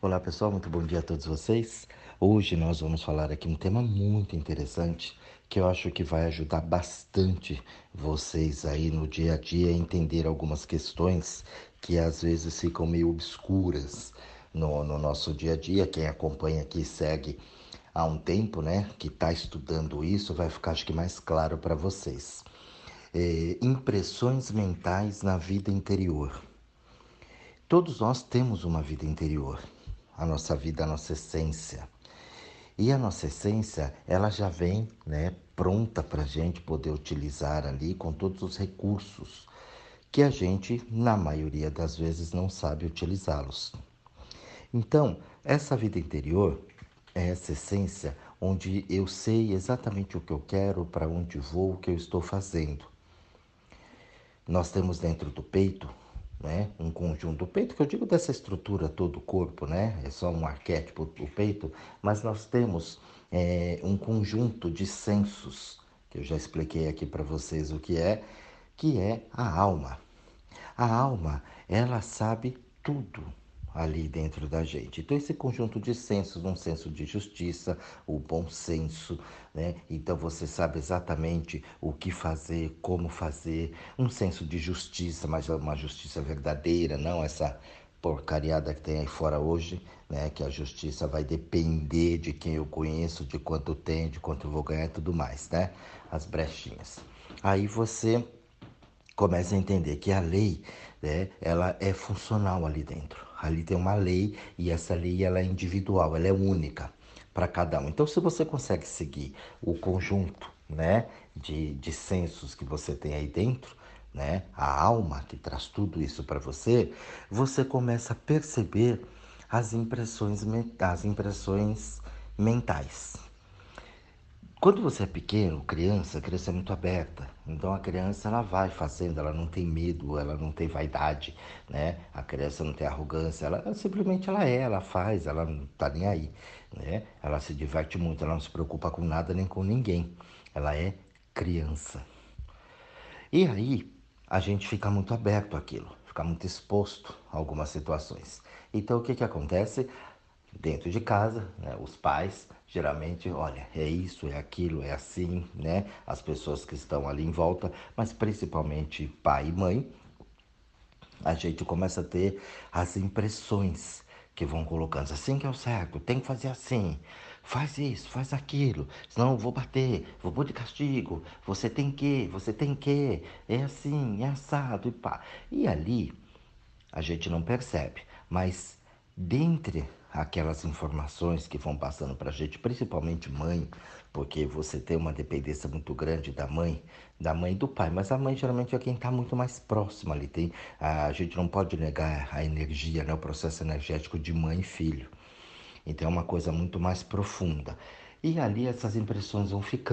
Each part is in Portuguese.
Olá pessoal, muito bom dia a todos vocês. Hoje nós vamos falar aqui um tema muito interessante que eu acho que vai ajudar bastante vocês aí no dia a dia a entender algumas questões que às vezes ficam meio obscuras no nosso dia a dia. Quem acompanha aqui e segue há um tempo, né, que está estudando isso, vai ficar acho que mais claro para vocês. Impressões mentais na vida interior. Todos nós temos uma vida interior, a nossa vida, a nossa essência. E a nossa essência, ela já vem, né, pronta para a gente poder utilizar ali com todos os recursos que a gente, na maioria das vezes, não sabe utilizá-los. Então, essa vida interior é essa essência onde eu sei exatamente o que eu quero, para onde vou, o que eu estou fazendo. Nós temos dentro do peito, né, um conjunto do peito, que eu digo dessa estrutura todo o corpo, né, é só um arquétipo do peito, mas nós temos um conjunto de sensos, que eu já expliquei aqui para vocês o que é a alma. A alma, ela sabe tudo ali dentro da gente. Então, esse conjunto de sensos, um senso de justiça, o bom senso, né? Então, você sabe exatamente o que fazer, como fazer, um senso de justiça, mas uma justiça verdadeira, não essa porcariada que tem aí fora hoje, né? Que a justiça vai depender de quem eu conheço, de quanto tenho, de quanto eu vou ganhar e tudo mais, né? As brechinhas. Aí você começa a entender que a lei, né, ela é funcional ali dentro. Ali tem uma lei e essa lei ela é individual, ela é única para cada um. Então, se você consegue seguir o conjunto, né, de sensos que você tem aí dentro, né, a alma que traz tudo isso para você, você começa a perceber as impressões mentais. Quando você é pequeno, criança, a criança é muito aberta. Então a criança ela vai fazendo, ela não tem medo, ela não tem vaidade, né? A criança não tem arrogância, ela simplesmente ela faz, ela não tá nem aí, né? Ela se diverte muito, ela não se preocupa com nada nem com ninguém. Ela é criança. E aí a gente fica muito aberto àquilo, fica muito exposto a algumas situações. Então o que que acontece? Dentro de casa, né, os pais geralmente, olha, é isso, é aquilo, é assim, né? As pessoas que estão ali em volta, mas principalmente pai e mãe, a gente começa a ter as impressões que vão colocando. Assim que é o certo, tem que fazer assim. Faz isso, faz aquilo, senão eu vou bater, vou pôr de castigo. Você tem que, é assim, é assado e pá. E ali a gente não percebe, mas dentre aquelas informações que vão passando para a gente, principalmente mãe, porque você tem uma dependência muito grande da mãe e do pai, mas a mãe geralmente é quem está muito mais próximo ali. A gente não pode negar a energia, né, o processo energético de mãe e filho. Então é uma coisa muito mais profunda. E ali essas impressões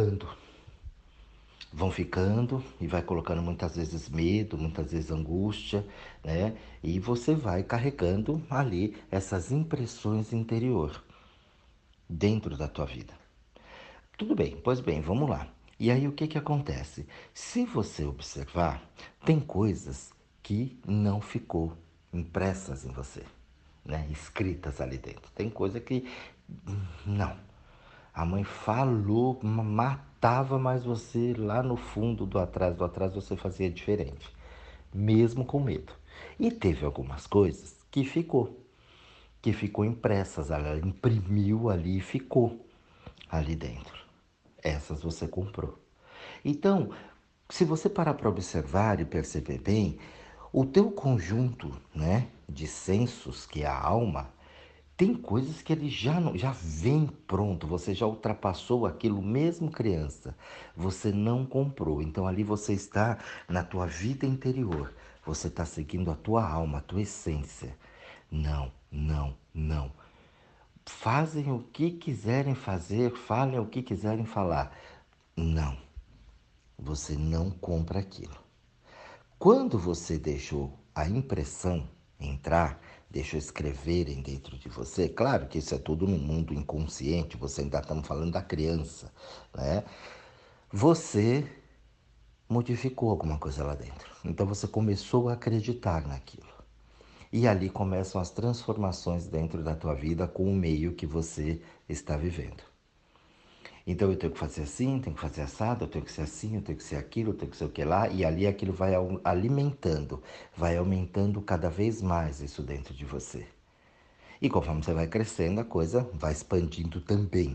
vão ficando e vai colocando muitas vezes medo, muitas vezes angústia, né? E você vai carregando ali essas impressões interior dentro da tua vida. Tudo bem, pois bem, vamos lá. E aí o que que acontece? Se você observar, tem coisas que não ficou impressas em você, né? Escritas ali dentro. Tem coisa que não. A mãe falou, matava, mas você lá no fundo do atrás você fazia diferente, mesmo com medo. E teve algumas coisas que ficou impressas, ela imprimiu ali e ficou ali dentro. Essas você comprou. Então, se você parar para observar e perceber bem, o teu conjunto, né, de sensos, que é a alma, tem coisas que ele já vem pronto, você já ultrapassou aquilo mesmo criança. Você não comprou. Então ali você está na tua vida interior. Você está seguindo a tua alma, a tua essência. Não, não, não. Fazem o que quiserem fazer, falem o que quiserem falar. Não, você não compra aquilo. Quando você deixou a impressão entrar, deixou escreverem dentro de você, claro que isso é tudo no mundo inconsciente, você ainda estamos falando da criança, né? Você modificou alguma coisa lá dentro. Então você começou a acreditar naquilo. E ali começam as transformações dentro da tua vida com o meio que você está vivendo. Então eu tenho que fazer assim, tenho que fazer assado, eu tenho que ser assim, eu tenho que ser aquilo, eu tenho que ser o que lá, e ali aquilo vai alimentando, vai aumentando cada vez mais isso dentro de você. E conforme você vai crescendo, a coisa vai expandindo também.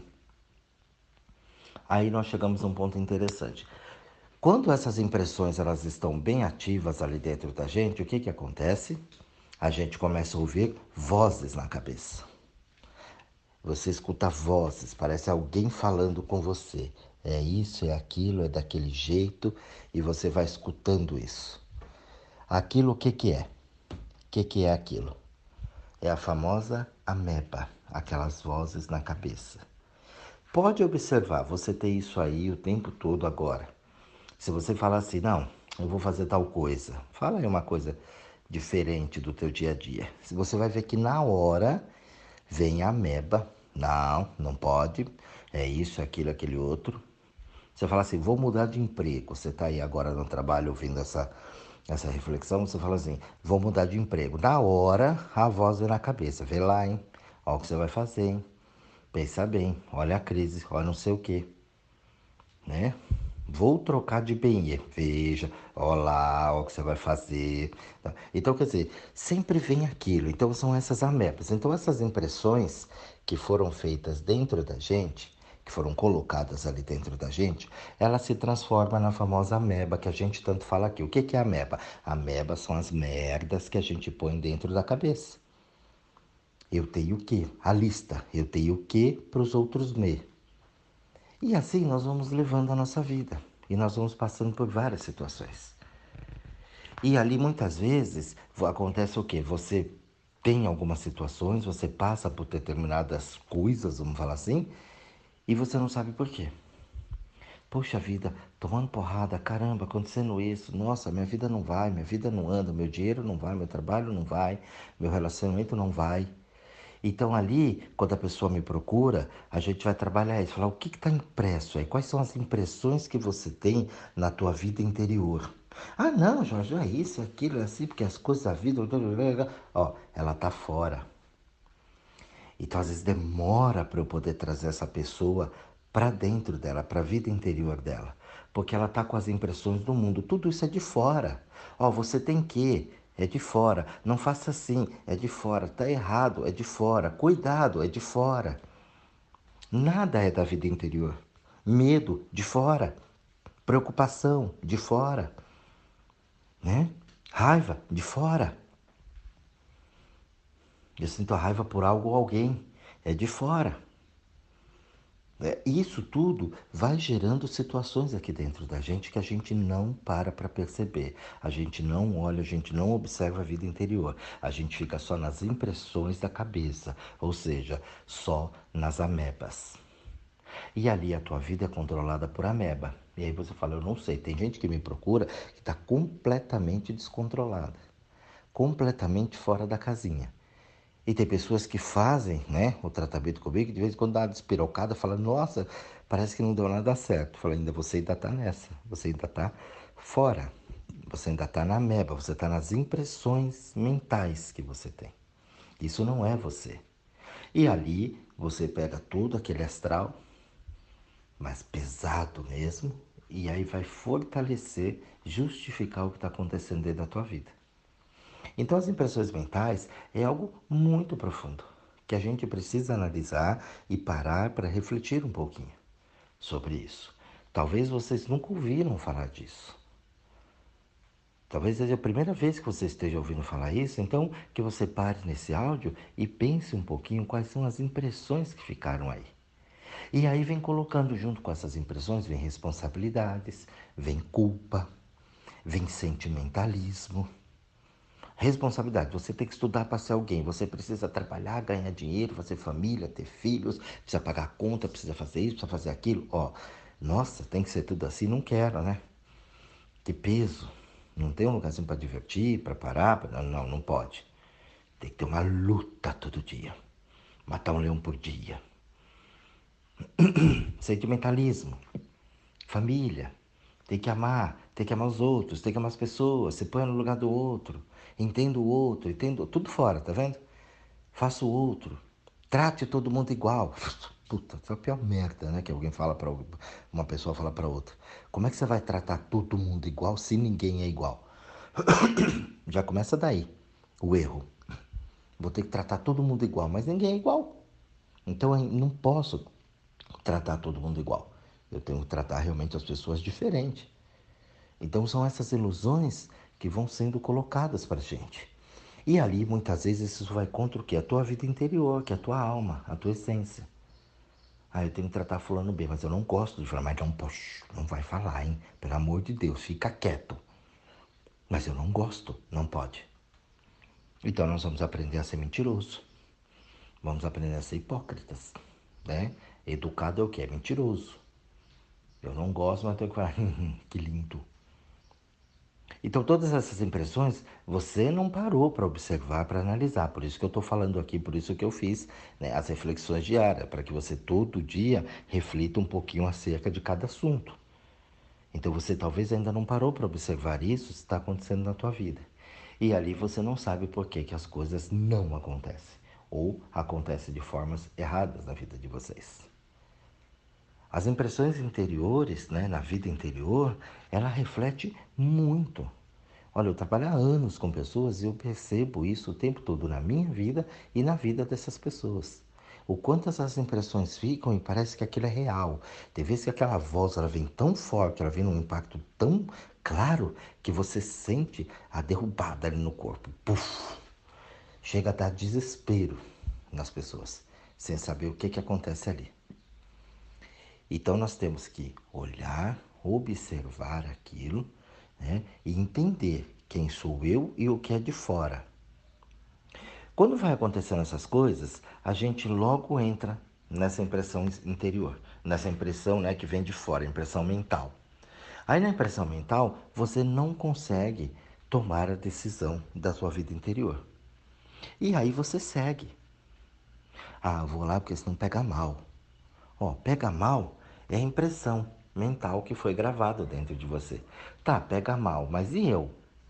Aí nós chegamos a um ponto interessante. Quando essas impressões elas estão bem ativas ali dentro da gente, o que que acontece? A gente começa a ouvir vozes na cabeça. Você escuta vozes, parece alguém falando com você. É isso, é aquilo, é daquele jeito, e você vai escutando isso. Aquilo o que que é? O que que é aquilo? É a famosa ameba, aquelas vozes na cabeça. Pode observar, você tem isso aí o tempo todo agora. Se você falar assim, não, eu vou fazer tal coisa, fala aí uma coisa diferente do teu dia a dia. Você vai ver que na hora vem a ameba, não, não pode, é isso, é aquilo, aquele outro. Você fala assim, vou mudar de emprego. Você está aí agora no trabalho ouvindo essa reflexão, você fala assim, vou mudar de emprego. Na hora, a voz vem na cabeça, vê lá, hein? Olha o que você vai fazer, hein? Pensa bem, olha a crise, olha não sei o quê, né? Vou trocar de bem, veja, olha lá, olha o que você vai fazer. Então, quer dizer, sempre vem aquilo. Então, são essas amebas. Então, essas impressões que foram feitas dentro da gente, que foram colocadas ali dentro da gente, ela se transforma na famosa ameba que a gente tanto fala aqui. O que que é ameba? Ameba são as merdas que a gente põe dentro da cabeça. Eu tenho o quê? A lista. Eu tenho o quê para os outros me. E assim nós vamos levando a nossa vida. E nós vamos passando por várias situações. E ali muitas vezes acontece o quê? Você tem algumas situações, você passa por determinadas coisas, vamos falar assim, e você não sabe por quê. Poxa vida, tomando porrada, caramba, acontecendo isso, nossa, minha vida não vai, minha vida não anda, meu dinheiro não vai, meu trabalho não vai, meu relacionamento não vai. Então ali, quando a pessoa me procura, a gente vai trabalhar isso, falar o que está impresso aí, quais são as impressões que você tem na tua vida interior. Ah não, Jorge, é isso, é aquilo, é assim, porque as coisas da vida... Ó, ela tá fora. Então às vezes demora para eu poder trazer essa pessoa para dentro dela, para a vida interior dela. Porque ela tá com as impressões do mundo, tudo isso é de fora. Ó, você tem que... É de fora. Não faça assim. É de fora. Tá errado. É de fora. Cuidado. É de fora. Nada é da vida interior. Medo, de fora. Preocupação, de fora. Né? Raiva, de fora. Eu sinto a raiva por algo ou alguém. É de fora. Isso tudo vai gerando situações aqui dentro da gente que a gente não para perceber. A gente não olha, a gente não observa a vida interior. A gente fica só nas impressões da cabeça, ou seja, só nas amebas. E ali a tua vida é controlada por ameba. E aí você fala, eu não sei. Tem gente que me procura que está completamente descontrolada, completamente fora da casinha. E tem pessoas que fazem, né, o tratamento comigo, de vez em quando dá uma despirocada, fala, nossa, parece que não deu nada certo. Eu falo, ainda você ainda tá nessa, você ainda tá fora, você ainda tá na ameba, você tá nas impressões mentais que você tem. Isso não é você. E ali você pega todo aquele astral, mais pesado mesmo, e aí vai fortalecer, justificar o que está acontecendo dentro da tua vida. Então, as impressões mentais é algo muito profundo, que a gente precisa analisar e parar para refletir um pouquinho sobre isso. Talvez vocês nunca ouviram falar disso. Talvez seja a primeira vez que você esteja ouvindo falar isso, então que você pare nesse áudio e pense um pouquinho quais são as impressões que ficaram aí. E aí vem colocando junto com essas impressões, vem responsabilidades, vem culpa, vem sentimentalismo. Responsabilidade, você tem que estudar para ser alguém, você precisa trabalhar, ganhar dinheiro, fazer família, ter filhos, precisa pagar conta, precisa fazer isso, precisa fazer aquilo. Ó, nossa, tem que ser tudo assim, não quero, né? Que peso. Não tem um lugarzinho para divertir, para parar? Não, não pode. Tem que ter uma luta todo dia. Matar um leão por dia. Sentimentalismo. Família. Tem que amar os outros, tem que amar as pessoas, se põe no lugar do outro. Entendo o outro, entendo tudo fora, tá vendo? Faça o outro. Trate todo mundo igual. Puta, isso é a pior merda, né? Que alguém fala para uma pessoa fala para outra. Como é que você vai tratar todo mundo igual se ninguém é igual? Já começa daí o erro. Vou ter que tratar todo mundo igual, mas ninguém é igual. Então eu não posso tratar todo mundo igual. Eu tenho que tratar realmente as pessoas diferente. Então são essas ilusões que vão sendo colocadas para gente. E ali, muitas vezes, isso vai contra o que? A tua vida interior, que é a tua alma, a tua essência. Ah, eu tenho que tratar fulano bem, mas eu não gosto de falar, mas não, poxa, não vai falar, hein? Pelo amor de Deus, fica quieto. Mas eu não gosto, não pode. Então nós vamos aprender a ser mentiroso. Vamos aprender a ser hipócritas, né? Educado é o que? É mentiroso. Eu não gosto, mas tenho que falar, que lindo. Então, todas essas impressões você não parou para observar, para analisar. Por isso que eu estou falando aqui, por isso que eu fiz, né, as reflexões diárias, para que você todo dia reflita um pouquinho acerca de cada assunto. Então, você talvez ainda não parou para observar isso, se está acontecendo na tua vida. E ali você não sabe por que, que as coisas não acontecem. Ou acontecem de formas erradas na vida de vocês. As impressões interiores, né, na vida interior, ela reflete muito. Olha, eu trabalho há anos com pessoas e eu percebo isso o tempo todo na minha vida e na vida dessas pessoas. O quanto essas impressões ficam e parece que aquilo é real. Tem vezes que aquela voz ela vem tão forte, ela vem num impacto tão claro que você sente a derrubada ali no corpo. Puf! Chega a dar desespero nas pessoas, sem saber o que, que acontece ali. Então nós temos que olhar, observar aquilo, né, e entender quem sou eu e o que é de fora. Quando vai acontecendo essas coisas, a gente logo entra nessa impressão interior, nessa impressão, né, que vem de fora, impressão mental. Aí na impressão mental, você não consegue tomar a decisão da sua vida interior. E aí você segue. Ah, eu vou lá porque senão pega mal. Ó, pega mal é a impressão mental que foi gravada dentro de você. Tá, pega mal, mas e eu?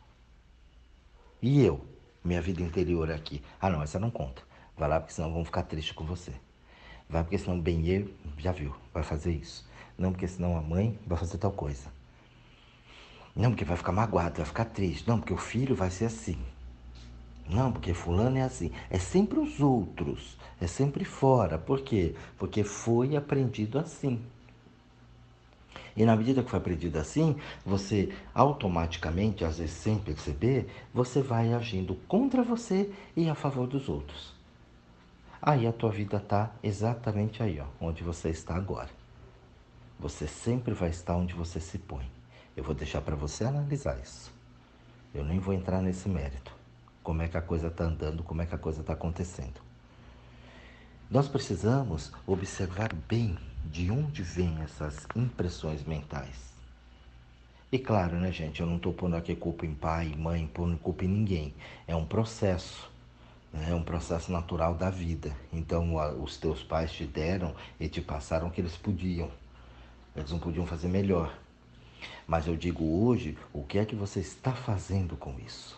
E eu? Minha vida interior aqui. Ah, não, essa não conta. Vai lá porque senão vão ficar tristes com você. Vai porque senão bem eu, já viu, vai fazer isso. Não porque senão a mãe vai fazer tal coisa. Não porque vai ficar magoado, vai ficar triste. Não porque o filho vai ser assim. Não, porque fulano é assim. É sempre os outros. É sempre fora. Por quê? Porque foi aprendido assim. E na medida que foi aprendido assim, você automaticamente, às vezes sem perceber, você vai agindo contra você e a favor dos outros. Aí a tua vida está exatamente aí, ó, onde você está agora. Você sempre vai estar onde você se põe. Eu vou deixar para você analisar isso. Eu nem vou entrar nesse mérito. Como é que a coisa está andando, como é que a coisa está acontecendo. Nós precisamos observar bem de onde vêm essas impressões mentais. E claro, né, gente, eu não estou pondo aqui culpa em pai, mãe, pondo culpa em ninguém. É um processo, né? É um processo natural da vida. Então, os teus pais te deram e te passaram o que eles podiam. Eles não podiam fazer melhor. Mas eu digo hoje, o que é que você está fazendo com isso?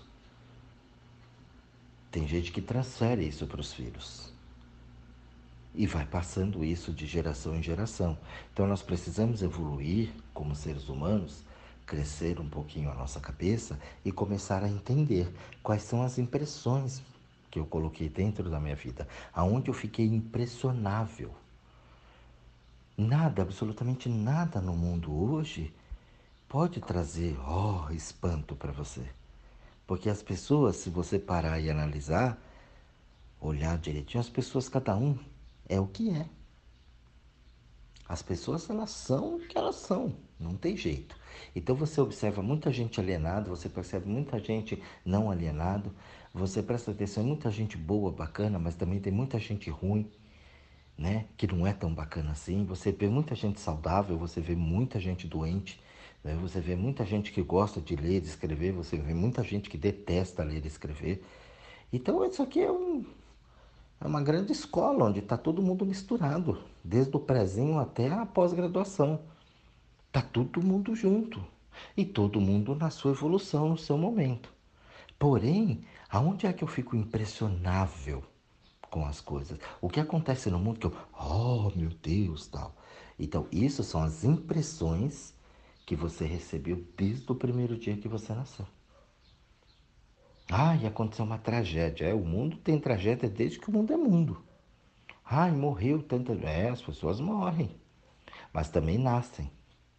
Tem gente que transfere isso para os filhos. E vai passando isso de geração em geração. Então nós precisamos evoluir como seres humanos, crescer um pouquinho a nossa cabeça e começar a entender quais são as impressões que eu coloquei dentro da minha vida, aonde eu fiquei impressionável. Nada, absolutamente nada no mundo hoje pode trazer, espanto para você. Porque as pessoas, se você parar e analisar, olhar direitinho, as pessoas, cada um é o que é. As pessoas, elas são o que elas são, não tem jeito. Então você observa muita gente alienada, você percebe muita gente não alienado, você presta atenção em muita gente boa, bacana, mas também tem muita gente ruim, né, que não é tão bacana assim. Você vê muita gente saudável, você vê muita gente doente, né? Você vê muita gente que gosta de ler e escrever, você vê muita gente que detesta ler e escrever. Então isso aqui é uma grande escola onde está todo mundo misturado, desde o prezinho até a pós-graduação. Está todo mundo junto e todo mundo na sua evolução, no seu momento. Porém, aonde é que eu fico impressionável com as coisas? O que acontece no mundo que eu, oh meu Deus, tal. Então, isso são as impressões que você recebeu desde o primeiro dia que você nasceu. E aconteceu uma tragédia. O mundo tem tragédia desde que o mundo é mundo. Morreu tanta. As pessoas morrem, mas também nascem,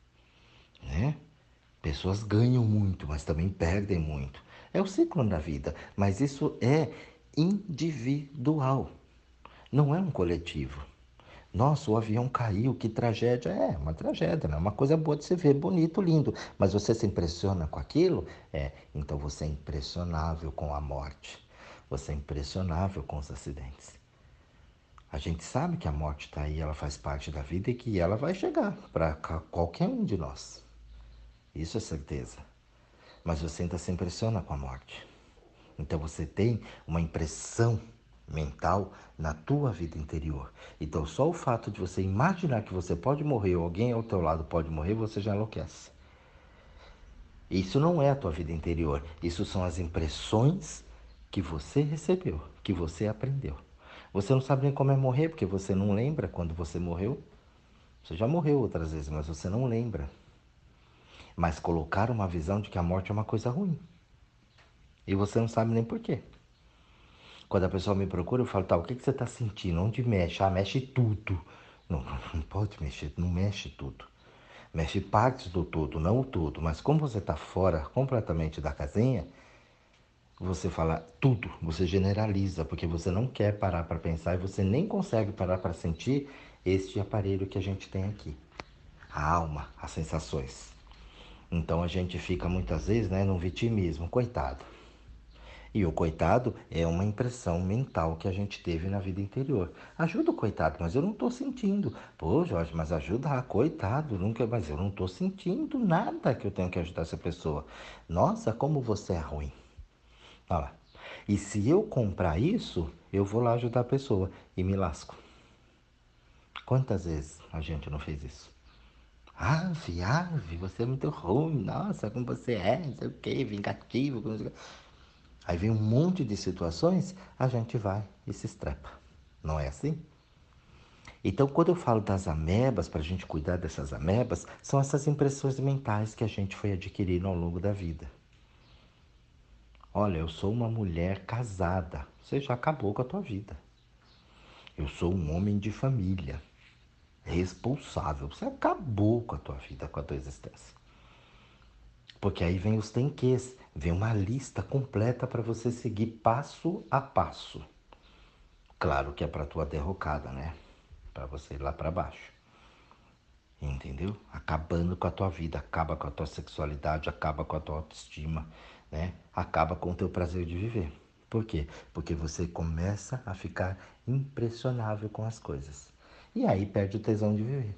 né? Pessoas ganham muito, mas também perdem muito. É o ciclo da vida, mas isso é individual, não é um coletivo. Nossa, o avião caiu, que tragédia. É uma tragédia, não é uma coisa boa de se ver, bonito, lindo. Mas você se impressiona com aquilo? Então você é impressionável com a morte. Você é impressionável com os acidentes. A gente sabe que a morte está aí, ela faz parte da vida e que ela vai chegar para qualquer um de nós. Isso é certeza. Mas você ainda se impressiona com a morte. Então você tem uma impressão mental na tua vida interior. Então só o fato de você imaginar que você pode morrer ou alguém ao teu lado pode morrer, você já enlouquece. Isso não é a tua vida interior. Isso são as impressões que você recebeu, que você aprendeu. Você não sabe nem como é morrer, porque você não lembra quando você morreu. Você já morreu outras vezes, mas você não lembra. Mas colocaram uma visão de que a morte é uma coisa ruim. E você não sabe nem por quê. Quando a pessoa me procura, eu falo, tá, o que você está sentindo? Onde mexe? Mexe tudo. Não, não pode mexer, não mexe tudo. Mexe partes do todo, não o todo. Mas como você está fora completamente da casinha, você fala tudo, você generaliza, porque você não quer parar para pensar e você nem consegue parar para sentir este aparelho que a gente tem aqui. A alma, as sensações. Então a gente fica muitas vezes, né, num vitimismo, coitado. E o coitado é uma impressão mental que a gente teve na vida interior. Ajuda o coitado, mas eu não estou sentindo. Pô, Jorge, mas ajuda, coitado, nunca, mas eu não estou sentindo nada que eu tenho que ajudar essa pessoa. Nossa, como você é ruim. Olha lá. E se eu comprar isso, eu vou lá ajudar a pessoa e me lasco. Quantas vezes a gente não fez isso? Você é muito ruim, nossa, como você é, não sei o que, vingativo. Aí vem um monte de situações, a gente vai e se estrepa. Não é assim? Então, quando eu falo das amebas, para a gente cuidar dessas amebas, são essas impressões mentais que a gente foi adquirindo ao longo da vida. Olha, eu sou uma mulher casada. Você já acabou com a tua vida. Eu sou um homem de família, responsável. Você acabou com a tua vida, com a tua existência. Porque aí vem os tem quês, vem uma lista completa para você seguir passo a passo. Claro que é para tua derrocada, né? Para você ir lá para baixo. Entendeu? Acabando com a tua vida, acaba com a tua sexualidade, acaba com a tua autoestima, né? Acaba com o teu prazer de viver. Por quê? Porque você começa a ficar impressionável com as coisas. E aí perde o tesão de viver.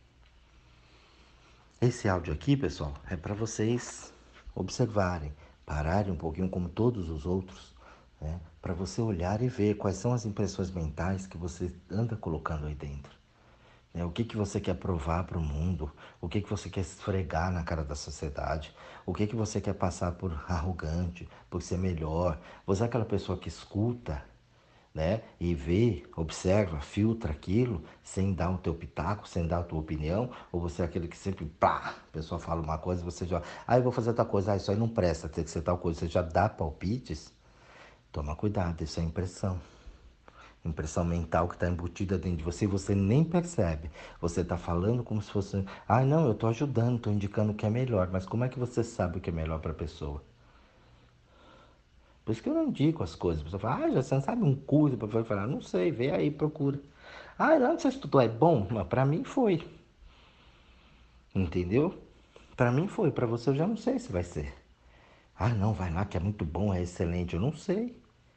Esse áudio aqui, pessoal, é para vocês observarem, pararem um pouquinho como todos os outros, né? Para você olhar e ver quais são as impressões mentais que você anda colocando aí dentro. O que você quer provar para o mundo? O que você quer esfregar na cara da sociedade? O que você quer passar por arrogante, por ser melhor? Você é aquela pessoa que escuta, né? E vê, observa, filtra aquilo, sem dar o teu pitaco, sem dar a tua opinião? Ou você é aquele que sempre, pá, a pessoa fala uma coisa e você já, eu vou fazer tal coisa, isso aí não presta, tem que ser tal coisa, você já dá palpites? Toma cuidado, isso é impressão. Impressão mental que está embutida dentro de você e você nem percebe. Você está falando como se fosse, não, eu estou ajudando, estou indicando o que é melhor, mas como é que você sabe o que é melhor para a pessoa? Por isso que eu não indico as coisas. A pessoa fala, já você não sabe um curso para falar, não sei, vê aí, procura. Não, você estudou, é bom? Mas para mim foi. Entendeu? Para mim foi, para você eu já não sei se vai ser. Não, vai lá que é muito bom, é excelente, eu não sei.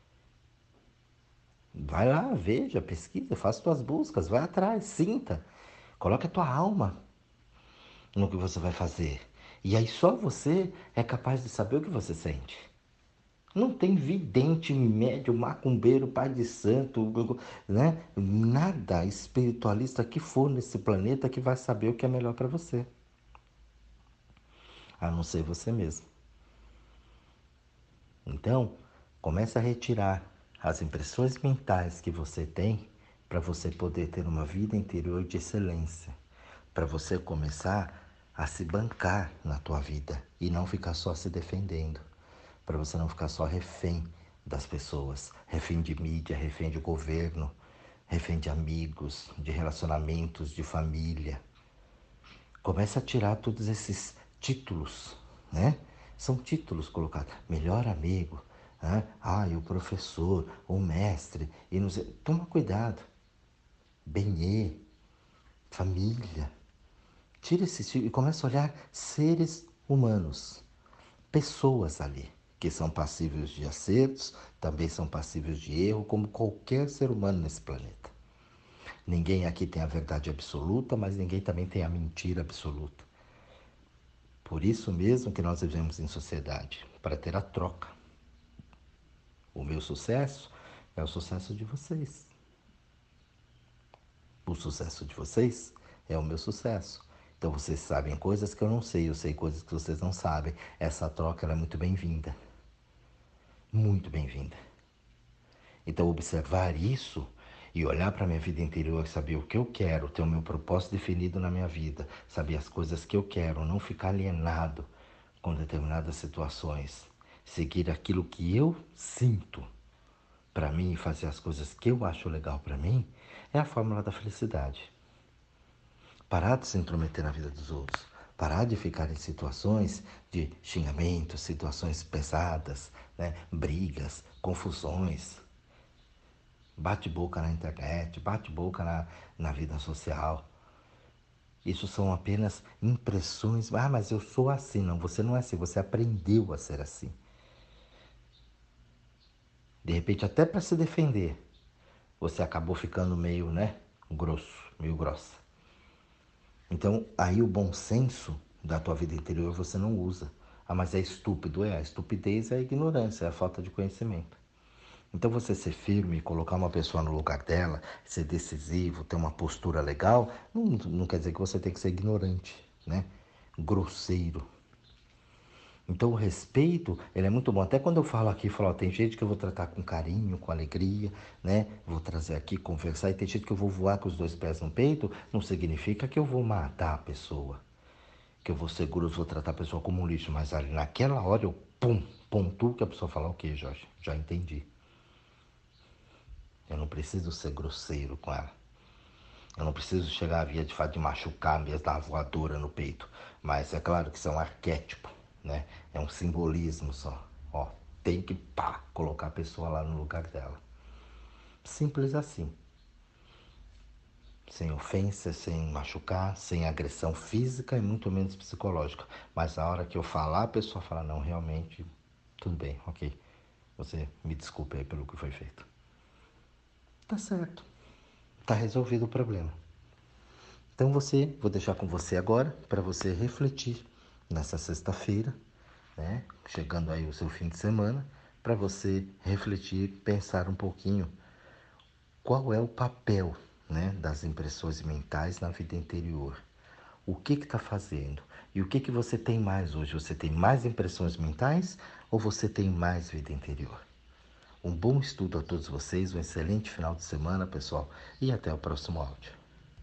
Vai lá, veja, pesquisa, faça suas buscas, vai atrás, sinta. Coloque a tua alma no que você vai fazer. E aí só você é capaz de saber o que você sente. Não tem vidente, médio, macumbeiro, pai de santo, né? Nada espiritualista que for nesse planeta que vai saber o que é melhor para você. A não ser você mesmo. Então, comece a retirar as impressões mentais que você tem para você poder ter uma vida interior de excelência, para você começar a se bancar na tua vida e não ficar só se defendendo, para você não ficar só refém das pessoas, refém de mídia, refém de governo, refém de amigos, de relacionamentos, de família. Comece a tirar todos esses títulos, né? São títulos colocados. Melhor amigo, né? O professor, o mestre, e não sei. Toma cuidado. Benê, família. Tira esse título e comece a olhar seres humanos, pessoas ali, que são passíveis de acertos, também são passíveis de erro, como qualquer ser humano nesse planeta. Ninguém aqui tem a verdade absoluta, mas ninguém também tem a mentira absoluta. Por isso mesmo que nós vivemos em sociedade, para ter a troca. O meu sucesso é o sucesso de vocês. O sucesso de vocês é o meu sucesso. Então vocês sabem coisas que eu não sei, eu sei coisas que vocês não sabem. Essa troca ela é muito bem-vinda. Muito bem-vinda. Então observar isso e olhar para a minha vida interior, saber o que eu quero, ter o meu propósito definido na minha vida, saber as coisas que eu quero, não ficar alienado com determinadas situações, seguir aquilo que eu sinto para mim e fazer as coisas que eu acho legal para mim, é a fórmula da felicidade. Parar de se intrometer na vida dos outros, parar de ficar em situações de xingamento, situações pesadas, né? Brigas, confusões, bate-boca na internet, bate-boca na vida social. Isso são apenas impressões. Mas eu sou assim. Não, você não é assim, você aprendeu a ser assim. De repente, até para se defender, você acabou ficando meio, né, grosso, meio grossa. Então, aí o bom senso da tua vida interior você não usa. Mas é estúpido. A estupidez é a ignorância, é a falta de conhecimento. Então, você ser firme, colocar uma pessoa no lugar dela, ser decisivo, ter uma postura legal, não quer dizer que você tem que ser ignorante, né? Grosseiro. Então o respeito, ele é muito bom. Até quando eu falo aqui, tem gente que eu vou tratar com carinho, com alegria, né? Vou trazer aqui, conversar, e tem gente que eu vou voar com os 2 pés no peito, não significa que eu vou matar a pessoa, que eu vou ser grosso, vou tratar a pessoa como um lixo, mas ali naquela hora eu, pontuo que a pessoa fala, ok, Jorge, já entendi. Eu não preciso ser grosseiro com ela. Eu não preciso chegar a via de fato de machucar mesmo, dar uma voadora no peito. Mas é claro que isso é um arquétipo, né? É um simbolismo só. Ó, tem que, colocar a pessoa lá no lugar dela. Simples assim. Sem ofensa, sem machucar, sem agressão física e muito menos psicológica. Mas a hora que eu falar, a pessoa fala, não, realmente, tudo bem, ok. Você me desculpe aí pelo que foi feito. Tá certo. Tá resolvido o problema. Então vou deixar com você agora para você refletir nessa sexta-feira, né? Chegando aí o seu fim de semana, para você refletir, pensar um pouquinho qual é o papel, né, das impressões mentais na vida interior. O que está fazendo? E o que você tem mais hoje? Você tem mais impressões mentais ou você tem mais vida interior? Um bom estudo a todos vocês, um excelente final de semana, pessoal, e até o próximo áudio.